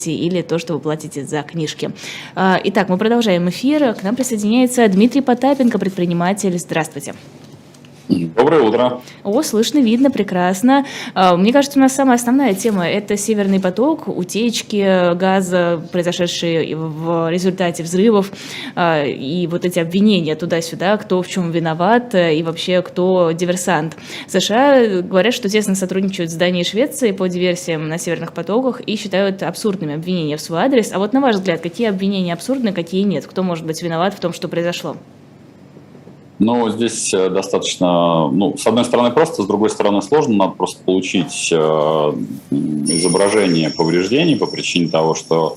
или то, что вы платите за книжки. Итак, мы продолжаем эфир. К нам присоединяется Дмитрий Потапенко, предприниматель. Здравствуйте. Доброе утро. Слышно, видно, прекрасно. Мне кажется, у нас самая основная тема – это «Северный поток», утечки газа, произошедшие в результате взрывов, и вот эти обвинения туда-сюда, кто в чем виноват и вообще кто диверсант. США говорят, что тесно сотрудничают с Данией и Швецией по диверсиям на северных потоках и считают абсурдными обвинения в свой адрес. А вот на ваш взгляд, какие обвинения абсурдны, какие нет? Кто может быть виноват в том, что произошло? Ну, здесь достаточно, с одной стороны просто, с другой стороны сложно. Надо просто получить изображение повреждений по причине того, что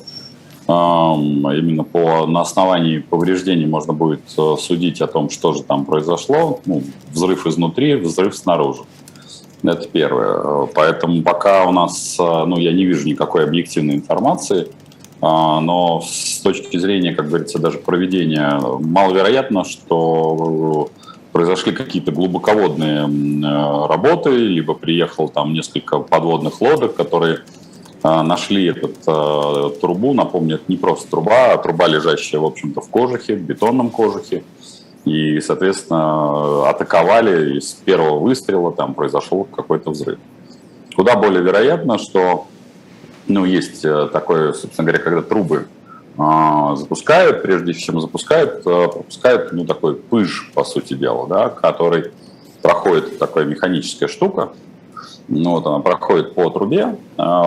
именно на основании повреждений можно будет судить о том, что же там произошло. Взрыв изнутри, взрыв снаружи. Это первое. Поэтому пока у нас, я не вижу никакой объективной информации. Но с точки зрения, как говорится, даже проведения, маловероятно, что произошли какие-то глубоководные работы, либо приехал там несколько подводных лодок, которые нашли эту трубу. Напомню, это не просто труба, а труба, лежащая, в общем-то, в кожухе, в бетонном кожухе. И, соответственно, атаковали, и с первого выстрела там произошел какой-то взрыв. Куда более вероятно, что есть такое, собственно говоря, когда трубы запускают, прежде чем запускают, пропускают, такой пыж, по сути дела, да, который проходит, такая механическая штука, она проходит по трубе,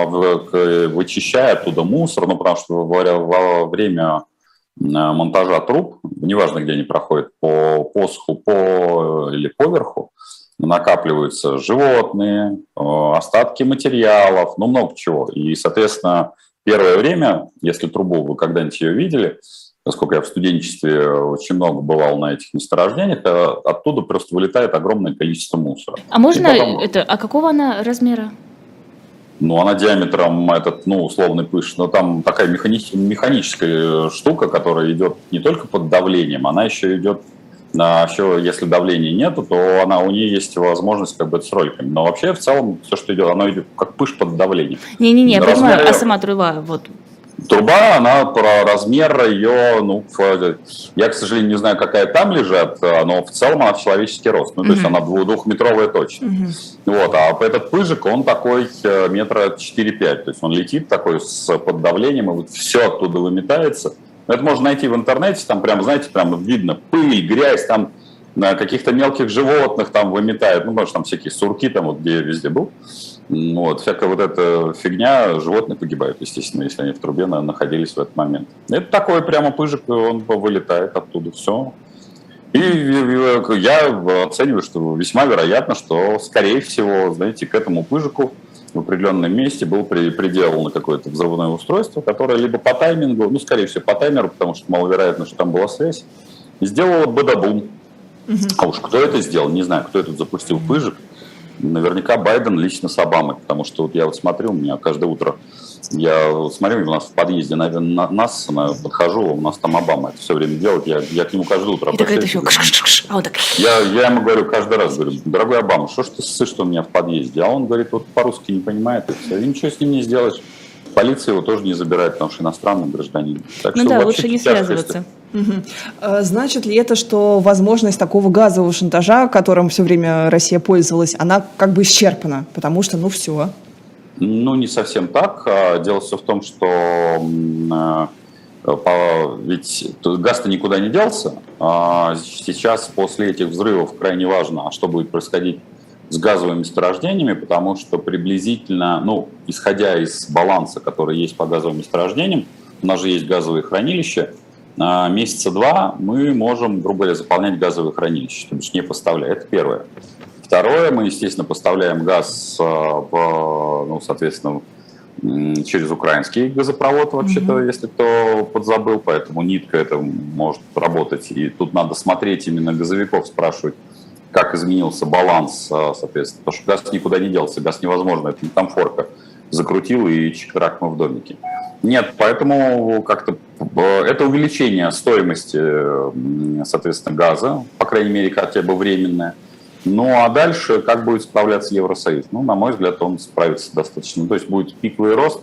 вычищая оттуда мусор, потому что во время монтажа труб, неважно, где они проходят, по посуху или поверху, накапливаются животные, остатки материалов, много чего. И, соответственно, первое время, если трубу вы когда-нибудь ее видели, поскольку я в студенчестве очень много бывал на этих месторождениях, оттуда просто вылетает огромное количество мусора. А можно какого она размера? Она диаметром условный пыш, но там такая механическая штука, которая идет не только под давлением, она еще идет. Еще, если давления нету, то у нее есть возможность это с роликами. Но вообще, в целом, все, что идет, оно идет как пыш под давлением. Я понимаю, а сама труба, Труба, она про размер ее, я, к сожалению, не знаю, какая там лежит, но в целом она в человеческий рост. То есть она двухметровая точно. А этот пыжик, он такой метра 4-5. То есть он летит такой под давлением, и все оттуда выметается. Это можно найти в интернете, там прям видно пыль, грязь, там каких-то мелких животных там выметает, потому что там всякие сурки, там где я везде был. Всякая эта фигня, животные погибают, естественно, если они в трубе находились в этот момент. Это такой прямо пыжик, он вылетает оттуда, все. И я оцениваю, что весьма вероятно, что, скорее всего, к этому пыжику в определенном месте было приделано какое-то взрывное устройство, которое либо по таймингу, скорее всего, по таймеру, потому что маловероятно, что там была связь, сделало бадабум. А уж кто это сделал, не знаю, кто этот запустил пыжик. Наверняка Байден лично с Обамой, потому что я смотрю, у меня каждое утро, я смотрю, у нас в подъезде, наверное, подхожу, у нас там Обама это все время делает, я к нему каждое утро обращаюсь. Я ему говорю, каждый раз говорю: дорогой Обама, что ж ты ссышь, что у меня в подъезде? А он говорит, по-русски не понимает, и ничего с ним не сделаешь. Полиция его тоже не забирает, потому что иностранный гражданин. Так что лучше не связываться. Значит ли это, что возможность такого газового шантажа, которым все время Россия пользовалась, она исчерпана? Потому что, все. Не совсем так. Дело все в том, что ведь газ-то никуда не делся. Сейчас после этих взрывов крайне важно, что будет происходить с газовыми месторождениями, потому что приблизительно, исходя из баланса, который есть по газовым месторождениям, у нас же есть газовые хранилища, месяца 2 мы можем, грубо говоря, заполнять газовые хранилища, то есть не поставляя. Это первое. Второе, мы, естественно, поставляем газ, соответственно, через украинский газопровод, вообще-то, если кто подзабыл, поэтому нитка это может работать. И тут надо смотреть именно газовиков, спрашивать, как изменился баланс, соответственно, потому что газ никуда не делся, газ невозможно, это не там форка закрутил и чик-трак мы в домике. Нет, поэтому как-то это увеличение стоимости, соответственно, газа, по крайней мере, хотя бы временное. А дальше как будет справляться Евросоюз? На мой взгляд, он справится достаточно. То есть будет пиковый рост,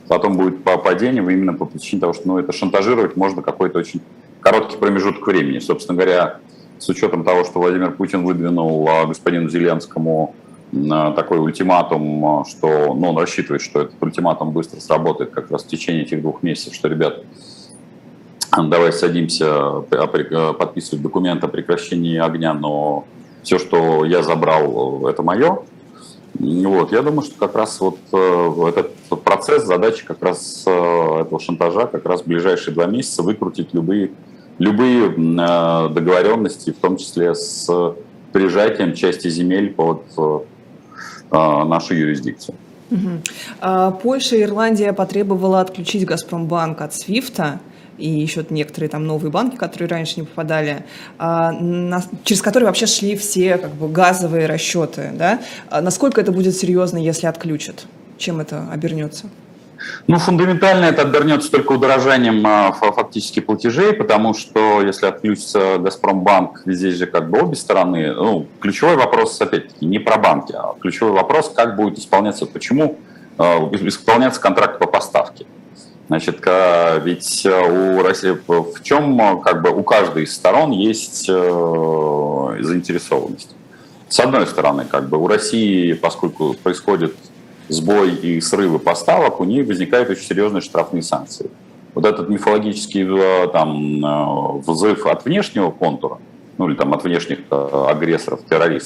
потом будет падение именно по причине того, что это шантажировать можно какой-то очень короткий промежуток времени. Собственно говоря, с учетом того, что Владимир Путин выдвинул господину Зеленскому такой ультиматум, что он рассчитывает, что этот ультиматум быстро сработает как раз в течение этих 2 месяцев, что, ребят, давай садимся, подписывать документ о прекращении огня, но все, что я забрал, это мое. Я думаю, что как раз этот процесс, задача как раз этого шантажа, как раз в ближайшие 2 месяца выкрутить любые договоренности, в том числе с прижатием части земель под нашу юрисдикцию. Польша и Ирландия потребовала отключить «Газпромбанк» от SWIFT, и еще некоторые там новые банки, которые раньше не попадали, через которые вообще шли все газовые расчеты. Да? Насколько это будет серьезно, если отключат? Чем это обернется? Фундаментально это обернется только удорожанием фактически платежей, потому что если отключится «Газпромбанк», здесь же обе стороны. Ключевой вопрос, опять-таки, не про банки, а ключевой вопрос, как будет исполняться, почему исполняться контракт по поставке. Значит, ведь у России в чем у каждой из сторон есть заинтересованность. С одной стороны, у России, поскольку происходит сбой и срывы поставок, у них возникают очень серьезные штрафные санкции. Этот мифологический взрыв от внешнего контура, или от внешних агрессоров, террористов,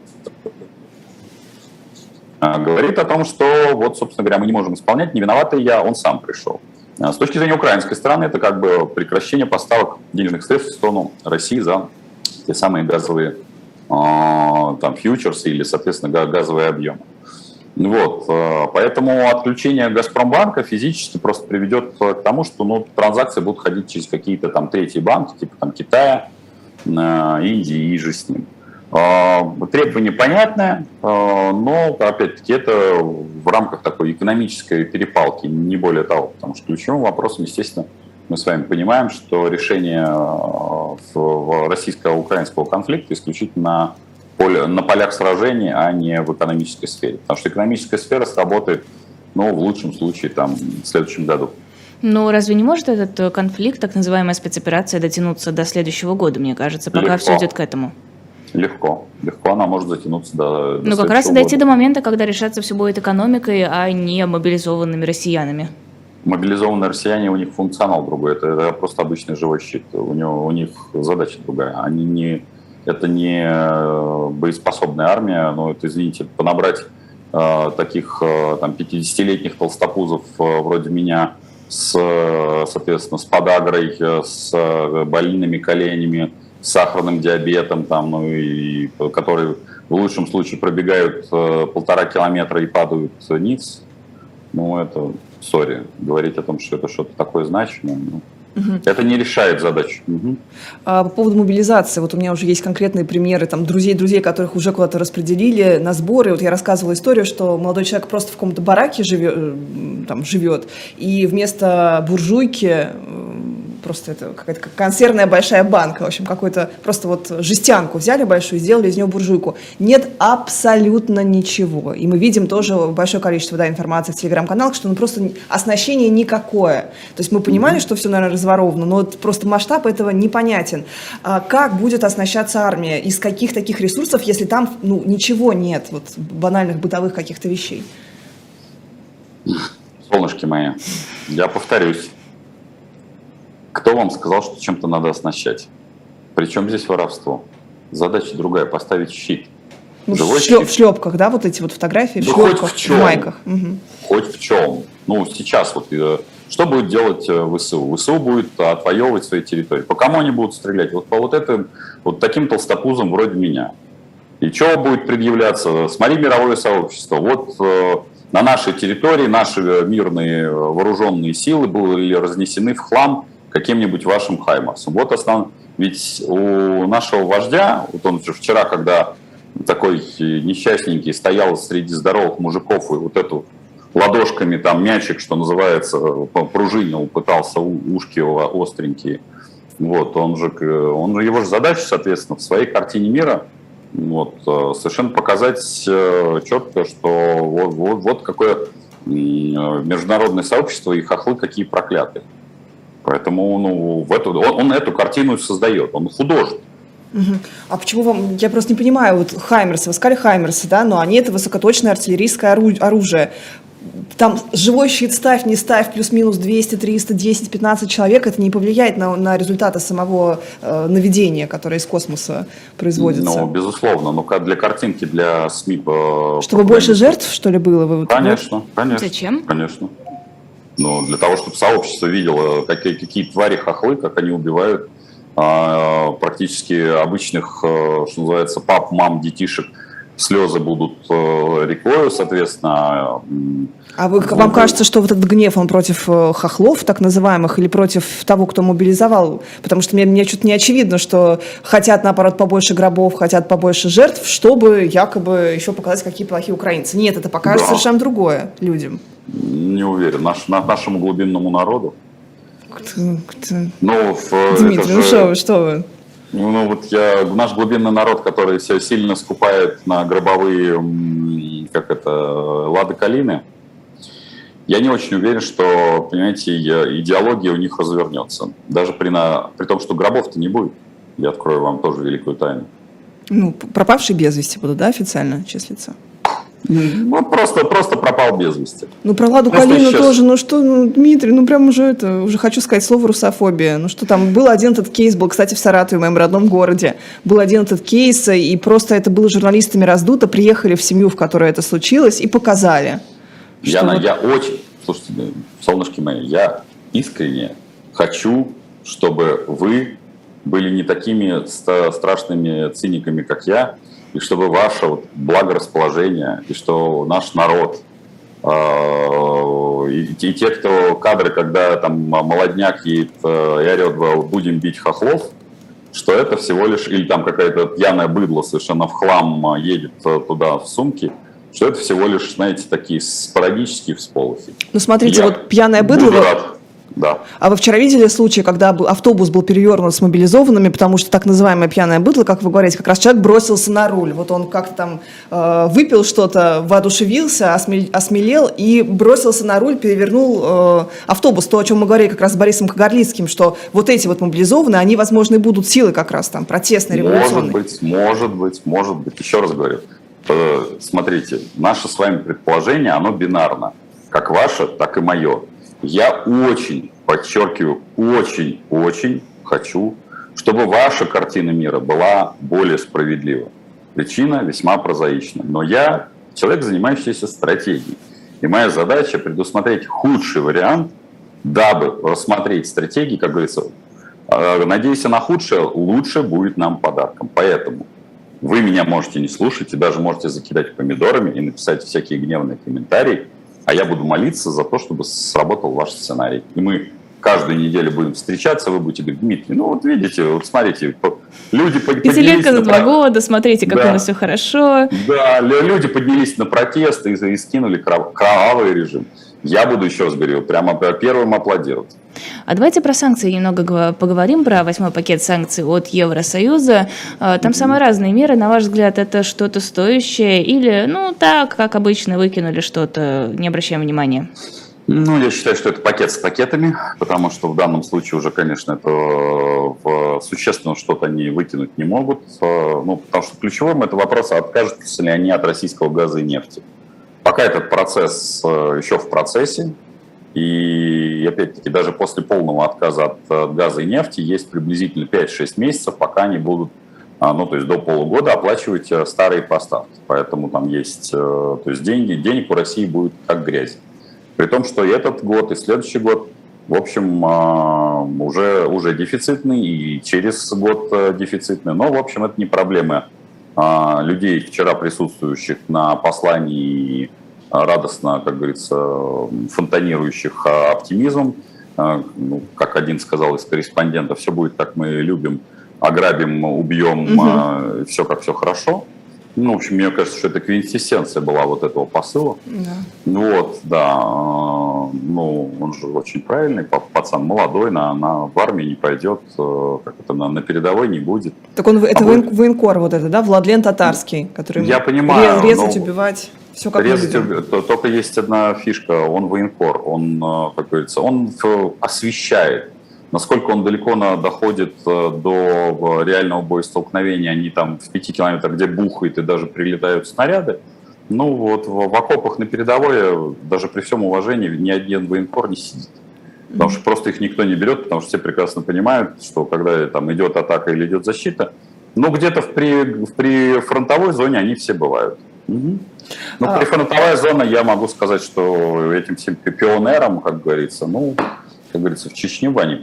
говорит о том, что, собственно говоря, мы не можем исполнять, не виноватый я, он сам пришел. С точки зрения украинской стороны, это прекращение поставок денежных средств в сторону России за те самые газовые фьючерсы или, соответственно, газовые объемы. Поэтому отключение «Газпромбанка» физически просто приведет к тому, что транзакции будут ходить через какие-то третьи банки, типа Китая, Индии и же с ним. Требование понятное, но, опять-таки, это в рамках такой экономической перепалки, не более того, потому что ключевым вопросом, естественно, мы с вами понимаем, что решение российско-украинского конфликта исключительно на полях сражений, а не в экономической сфере. Потому что экономическая сфера сработает, в лучшем случае, в следующем году. Но разве не может этот конфликт, так называемая спецоперация, дотянуться до следующего года, мне кажется, пока все идет к этому? Легко она может затянуться до как раз и дойти до момента, когда решаться все будет экономикой, а не мобилизованными россиянами. Мобилизованные россияне, у них функционал другой, это просто обычный живой щит, у них задача другая, это не боеспособная армия, это, извините, понабрать таких 50-летних толстопузов вроде меня, соответственно, с подагрой, с больными коленями, с сахарным диабетом, которые в лучшем случае пробегают 1,5 километра и падают ниц, это, говорить о том, что это что-то такое значимое, это не решает задачу. По поводу мобилизации, у меня уже есть конкретные примеры друзей, которых уже куда-то распределили на сборы. Я рассказывала историю, что молодой человек просто в каком-то бараке живет, и вместо буржуйки просто это какая-то консервная большая банка, в общем, какую-то просто жестянку взяли большую, сделали из нее буржуйку. Нет абсолютно ничего. И мы видим тоже большое количество информации в телеграм-каналах, что просто оснащение никакое. То есть мы понимали, что все, наверное, разворовано, но просто масштаб этого непонятен. Как будет оснащаться армия? Из каких таких ресурсов, если там ничего нет, банальных бытовых каких-то вещей? Солнышки мои, я повторюсь. Кто вам сказал, что чем-то надо оснащать? Причем здесь воровство? Задача другая – поставить щит. В шлепках, да, эти фотографии? Да, в шлепках, хоть в чем. В майках. Хоть в чем. Сейчас что будет делать ВСУ? ВСУ будет отвоевывать свои территории. По кому они будут стрелять? Таким толстопузом вроде меня. И что будет предъявляться? Смотри, мировое сообщество. На нашей территории наши мирные вооруженные силы были разнесены в хлам каким-нибудь вашим хаймарсом. Ведь у нашего вождя, он вчера, когда такой несчастненький стоял среди здоровых мужиков и эту ладошками мячик, что называется, пружинил, пытался ушки остренькие. Его же задача, соответственно, в своей картине мира совершенно показать четко, что какое международное сообщество и хохлы какие проклятые. Поэтому он эту картину создает, он художник. А почему вам, я просто не понимаю, вот Хаймерсы, вы сказали Хаймерсы, да, но они это высокоточное артиллерийское оружие. Там живой щит ставь, не ставь, плюс-минус 200, 300, 10, 15 человек, это не повлияет на результаты самого наведения, которое из космоса производится? Ну, безусловно, но для картинки, для СМИ... Чтобы больше жертв, что ли, было? Конечно. Зачем? Конечно. Ну, для того, чтобы сообщество видело, какие твари хохлы, как они убивают практически обычных, что называется, пап, мам, детишек. Слезы будут рекою, соответственно. А вам кажется, что вот этот гнев, он против хохлов, так называемых, или против того, кто мобилизовал? Потому что мне что-то не очевидно, что хотят, наоборот, побольше гробов, хотят побольше жертв, чтобы якобы еще показать, какие плохие украинцы. Нет, это покажет совершенно другое людям. Не уверен. Нашему глубинному народу. Дмитрий, что вы? Наш глубинный народ, который себя сильно скупает на гробовые, лады калины, я не очень уверен, что, понимаете, идеология у них развернется. Даже при том, что гробов-то не будет. Я открою вам тоже великую тайну. Пропавшие без вести будут, да, официально числиться? Просто пропал без вести. Про Ладу Калину тоже, Дмитрий, прям уже хочу сказать слово русофобия. Там был один этот кейс, кстати, в Саратове, в моем родном городе, был один этот кейс, и просто это было журналистами раздуто, приехали в семью, в которой это случилось, и показали. Слушайте, солнышки мои, я искренне хочу, чтобы вы были не такими страшными циниками, как я, и чтобы ваше благорасположение, и что наш народ, и те, кто кадры, когда там молодняк едет и орет, будем бить хохлов, что это всего лишь, или там какая-то пьяная быдло совершенно в хлам едет туда в сумке, что это всего лишь, знаете, такие спорадические всполохи. Смотрите, пьяная быдло... Да. А вы вчера видели случай, когда автобус был перевернут с мобилизованными, потому что так называемое пьяное быдло, как вы говорите, как раз человек бросился на руль. Вот он как-то там выпил что-то, воодушевился, осмелел и бросился на руль, перевернул автобус. То, о чем мы говорили как раз с Борисом Кагарлицким, что вот эти мобилизованные, они, возможно, и будут силой как раз там протестной, революционной. Может быть. Еще раз говорю. Смотрите, наше с вами предположение, оно бинарно. Как ваше, так и мое. Я очень, подчеркиваю, очень хочу, чтобы ваша картина мира была более справедлива. Причина весьма прозаична. Но я человек, занимающийся стратегией. И моя задача предусмотреть худший вариант, дабы рассмотреть стратегии, как говорится, надеясь на худшее, лучше будет нам подарком. Поэтому вы меня можете не слушать и даже можете закидать помидорами и написать всякие гневные комментарии, а я буду молиться за то, чтобы сработал ваш сценарий. И мы каждую неделю будем встречаться, вы будете говорить: Дмитрий, видите, смотрите, люди поднялись... Пятилетка за 2 года, смотрите, как у нас все хорошо. Да, люди поднялись на протест и скинули кровавый режим. Я буду, еще раз говорю, прямо первым аплодировать. А давайте про санкции немного поговорим, про 8-й пакет санкций от Евросоюза. Там самые разные меры. На ваш взгляд, это что-то стоящее или, так, как обычно, выкинули что-то, не обращаем внимания? Я считаю, что это пакет с пакетами, потому что в данном случае уже, конечно, это существенно что-то они выкинуть не могут. Потому что ключевым это вопрос, откажутся ли они от российского газа и нефти. Пока этот процесс еще в процессе, и опять-таки даже после полного отказа от газа и нефти есть приблизительно 5-6 месяцев, пока они будут, то есть до полугода, оплачивать старые поставки. Поэтому там есть, то есть денег у России будет как грязь. При том, что и этот год, и следующий год, в общем, уже дефицитный, и через год дефицитный. Но, в общем, это не проблема людей, вчера присутствующих на послании, радостно, как говорится, фонтанирующих оптимизмом. Как один сказал из корреспондентов: все будет, как мы любим, ограбим, убьем, все как все хорошо. В общем, мне кажется, что это квинтэссенция была вот этого посыла. Да. Он же очень правильный пацан, молодой, в армии не пойдет, на передовой не будет. Так это военкор вот это, да, Владлен Татарский, который я понимаю, резать, убивать. Все как мы любим. Только есть одна фишка, он военкор, он, как говорится, он освещает. Насколько он далеко доходит до реального боестолкновения, они там в 5 километрах, где бухает и даже прилетают снаряды. Ну вот в окопах на передовой, даже при всем уважении, ни один военкор не сидит. Потому что просто их никто не берет, потому что все прекрасно понимают, что когда там идет атака или идет защита, ну где-то в прифронтовой зоне они все бывают. Угу. Но прифронтовая зона, я могу сказать, что этим всем пионерам, как говорится, в Чечню они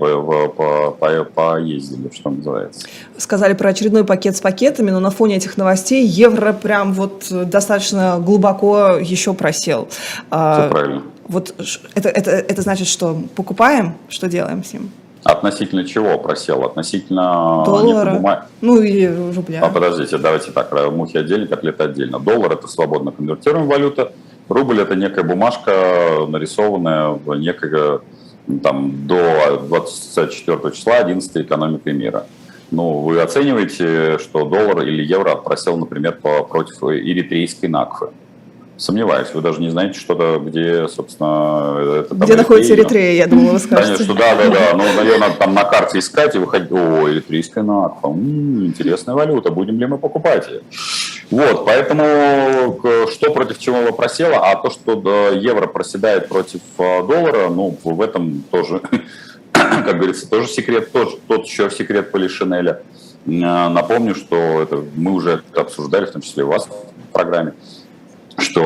поездили, что называется. Сказали про очередной пакет с пакетами, но на фоне этих новостей евро прям вот достаточно глубоко еще просел. Все правильно. Вот это значит, что покупаем, что делаем с ним? Относительно чего просел? Относительно доллара, и рубля. Подождите, давайте так, мухи отдельно, котлеты отдельно. Доллар – это свободно конвертируемая валюта, рубль – это некая бумажка, нарисованная в некое там до 24 числа 11-й экономикой мира. Вы оцениваете, что доллар или евро просел, например, против эритрейской накфы? Сомневаюсь, вы даже не знаете что-то, где, собственно... Где находится Эритрея, я думала, вы скажете. Конечно, да. Ее надо там на карте искать и выходить. Эритрейская накфа, интересная валюта, будем ли мы покупать ее? Вот, поэтому что против чего просело, а то, что евро проседает против доллара, в этом тоже, как говорится, тоже секрет, тот еще секрет Полишинеля. Напомню, что мы уже обсуждали, в том числе у вас в программе, что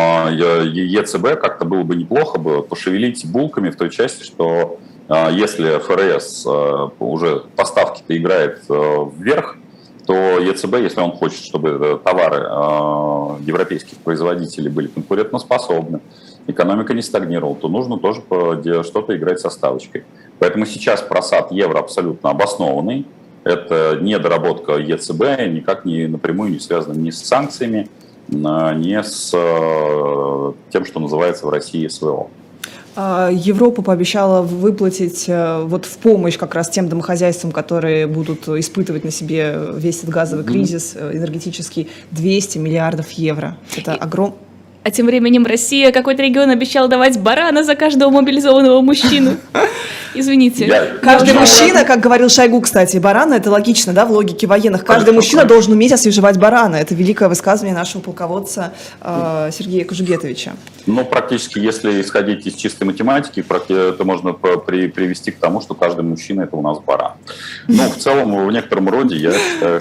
ЕЦБ как-то было бы неплохо пошевелить булками в той части, что если ФРС уже поставки-то играет вверх, то ЕЦБ, если он хочет, чтобы товары европейских производителей были конкурентоспособны, экономика не стагнировала, то нужно тоже что-то играть со ставочкой. Поэтому сейчас просад евро абсолютно обоснованный. Это недоработка ЕЦБ, никак не напрямую не связана ни с санкциями, ни с тем, что называется в России СВО. Европа пообещала выплатить в помощь как раз тем домохозяйствам, которые будут испытывать на себе весь этот газовый кризис энергетический, 200 миллиардов евро. Это огромное. А тем временем Россия, какой-то регион обещал давать барана за каждого мобилизованного мужчину. Извините. Каждый мужчина, как говорил Шойгу, кстати, барана, это логично, да, в логике военных. Каждый мужчина должен уметь освежевать барана. Это великое высказывание нашего полководца Сергея Кожугетовича. Практически, если исходить из чистой математики, это можно привести к тому, что каждый мужчина – это у нас баран. В целом, в некотором роде я считаю,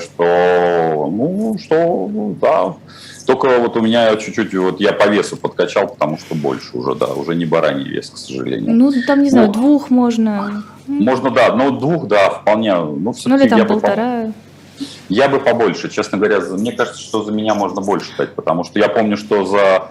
что да. Только у меня чуть-чуть, я по весу подкачал, потому что больше уже не бараний вес, к сожалению. Там, не знаю, 2 можно. Можно, да, 2, вполне. Или там 1,5. Я бы побольше, честно говоря. Мне кажется, что за меня можно больше дать, потому что я помню, что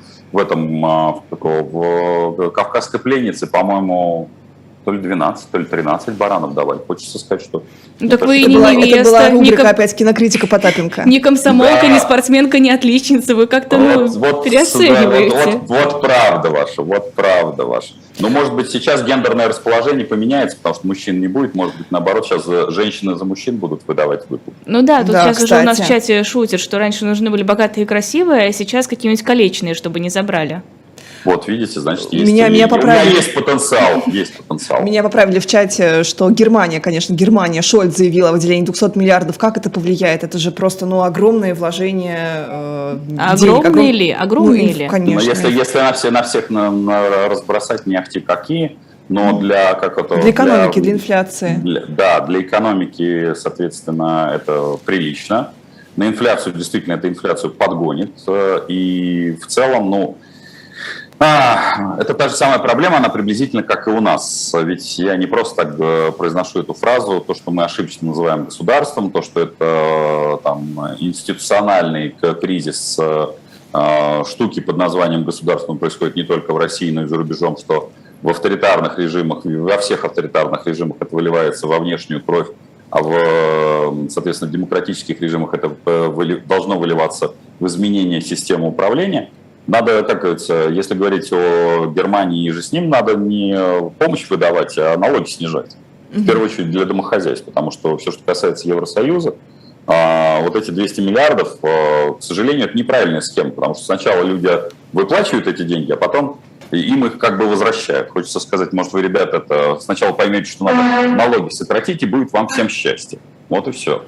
в «Кавказской пленнице», по-моему, то ли 12, то ли 13 баранов давали. Хочется сказать, что... Так вы и не невеста. Это была рубрика опять кинокритика Потапенко. Ни комсомолка, ни спортсменка, ни отличница. Вы как-то переоцениваете. Вот правда ваша. Может быть, сейчас гендерное расположение поменяется, потому что мужчин не будет. Может быть, наоборот, сейчас женщины за мужчин будут выдавать выплаты. Тут сейчас уже у нас в чате шутят, что раньше нужны были богатые и красивые, а сейчас какие-нибудь колечные, чтобы не забрали. Вот, видите, значит, есть. Меня поправили. У меня есть потенциал. Меня поправили в чате, что Германия, Шольц заявила о выделении 200 миллиардов. Как это повлияет? Это же просто, огромные вложения денег. Огромные ли? Конечно. Если на всех разбросать не ахти какие, но для экономики, для инфляции. Для экономики, соответственно, это прилично. На инфляцию, действительно, эта инфляцию подгонит. И в целом, это та же самая проблема, она приблизительно как и у нас. Ведь я не просто так произношу эту фразу, то, что мы ошибочно называем государством, то, что это институциональный кризис штуки под названием государство происходит не только в России, но и за рубежом, что в авторитарных режимах, во всех авторитарных режимах это выливается во внешнюю кровь, а в, соответственно, демократических режимах это должно выливаться в изменение системы управления. Надо, как говорится, если говорить о Германии и же с ним, надо не помощь выдавать, а налоги снижать. В первую очередь для домохозяйств, потому что все, что касается Евросоюза, вот эти 200 миллиардов, к сожалению, это неправильная схема, потому что сначала люди выплачивают эти деньги, а потом им их как бы возвращают. Хочется сказать, может, вы, ребята, это сначала поймете, что надо налоги сократить, и будет вам всем счастье. Вот и все.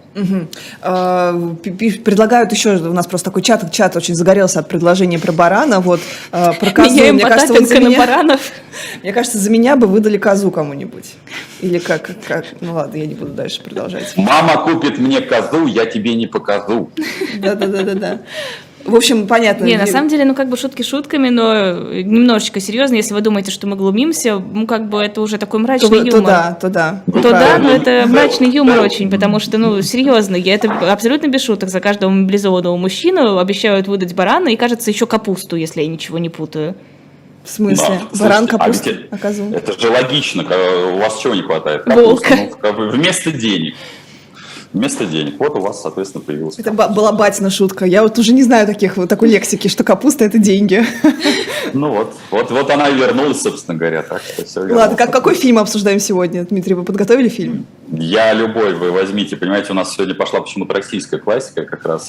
Предлагают еще, у нас просто такой чат очень загорелся от предложения про барана, вот, про козу. Меняем Потапенко на баранов. Мне кажется, за меня бы выдали козу кому-нибудь. Или как, ну ладно, я не буду дальше продолжать. Мама купит мне козу, я тебе не покажу. Да. В общем, понятно. Не, на самом деле, ну, как бы шутки шутками, но немножечко серьезно, если вы думаете, что мы глумимся, ну, как бы это уже такой мрачный юмор. То да. То да, но это мрачный юмор очень, потому что, ну, серьезно, это абсолютно без шуток. За каждого мобилизованного мужчину обещают выдать барана и, кажется, еще капусту, если я ничего не путаю. В смысле? Да, Баран, слушайте, капуста, а козу? Это же логично, у вас чего не хватает? Волка. Ну, вместо денег. Вместо денег. Вот у вас, соответственно, появилась. Это была батина шутка. Я вот уже не знаю такой лексики, что капуста – это деньги. Ну вот она и вернулась, собственно говоря. Так что все. Ладно, какой фильм обсуждаем сегодня? Дмитрий, вы подготовили фильм? Я любой, вы возьмите. Понимаете, у нас сегодня пошла почему-то российская классика, как раз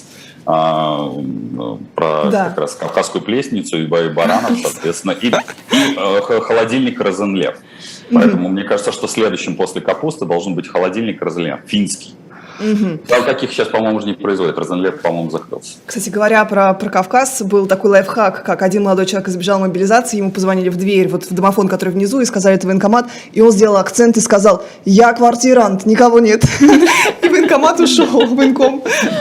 про как раз кавказскую плесницу и баранов, соответственно, и холодильник Розенлев. Поэтому мне кажется, что следующим после капусты должен быть холодильник Розенлев, финский. Таких сейчас, по-моему, уже не производят. Розенлев, по-моему, закрылся. Кстати говоря, про Кавказ был такой лайфхак, как один молодой человек избежал мобилизации, ему позвонили в дверь, вот в домофон, который внизу, и сказали, это военкомат, и он сделал акцент и сказал, я квартирант, никого нет. И военкомат ушел, военком.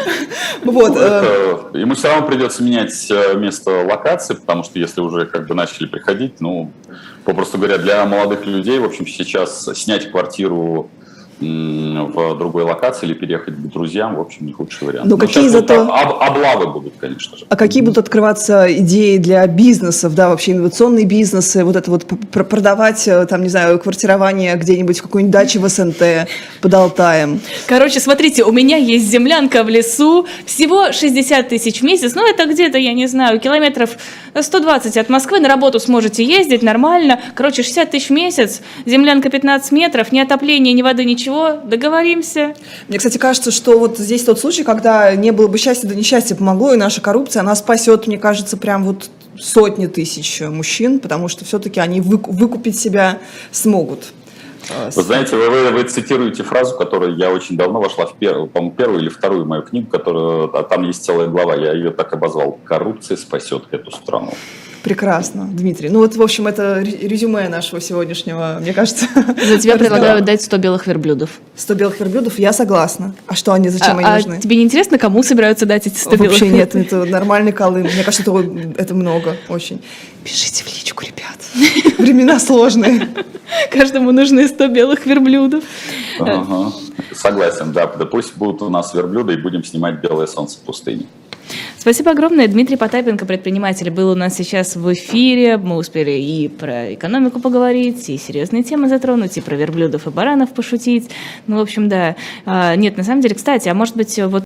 Ему все равно придется менять место локации, потому что если уже как бы начали приходить, ну, попросту говоря, для молодых людей, в общем, сейчас снять квартиру в другой локации или переехать к друзьям, в общем, не худший вариант. Но какие зато... Облавы будут, конечно же. А какие будут открываться идеи для бизнесов, да, вообще инновационные бизнесы, вот это вот продавать, там, не знаю, квартирование где-нибудь в какой-нибудь даче в СНТ под Алтаем? Короче, смотрите, у меня есть землянка в лесу, всего 60 тысяч в месяц, ну, это где-то, я не знаю, километров 120 от Москвы, на работу сможете ездить нормально, короче, 60 тысяч в месяц, землянка 15 метров, ни отопления, ни воды, ничего. Договоримся. Мне, кстати, кажется, что вот здесь тот случай, когда не было бы счастья, да несчастье помогло, и наша коррупция, она спасет, мне кажется, прям вот сотни тысяч мужчин, потому что все-таки они выкупить себя смогут. Вы знаете, вы цитируете фразу, которая я очень давно вошла в первую или вторую мою книгу, там есть целая глава, я ее так обозвал: «Коррупция спасет эту страну». Прекрасно, Дмитрий. Ну вот, в общем, это резюме нашего сегодняшнего, мне кажется. За тебя предлагаю дать 100 белых верблюдов. 100 белых верблюдов? Я согласна. А что они, зачем они нужны? А тебе не интересно, кому собираются дать эти 100 белых Вообще верблюдов? нет, это нормальный колым. Мне кажется, это много очень. Пишите в личку, ребят. Времена сложные. Каждому нужны 100 белых верблюдов. Ага. Согласен, да. Да пусть будут у нас верблюды, и будем снимать «Белое солнце пустыни». Спасибо огромное. Дмитрий Потапенко, предприниматель, был у нас сейчас в эфире. Мы успели и про экономику поговорить, и серьезные темы затронуть, и про верблюдов и баранов пошутить. Ну, в общем, да. Нет, на самом деле, кстати, а может быть, вот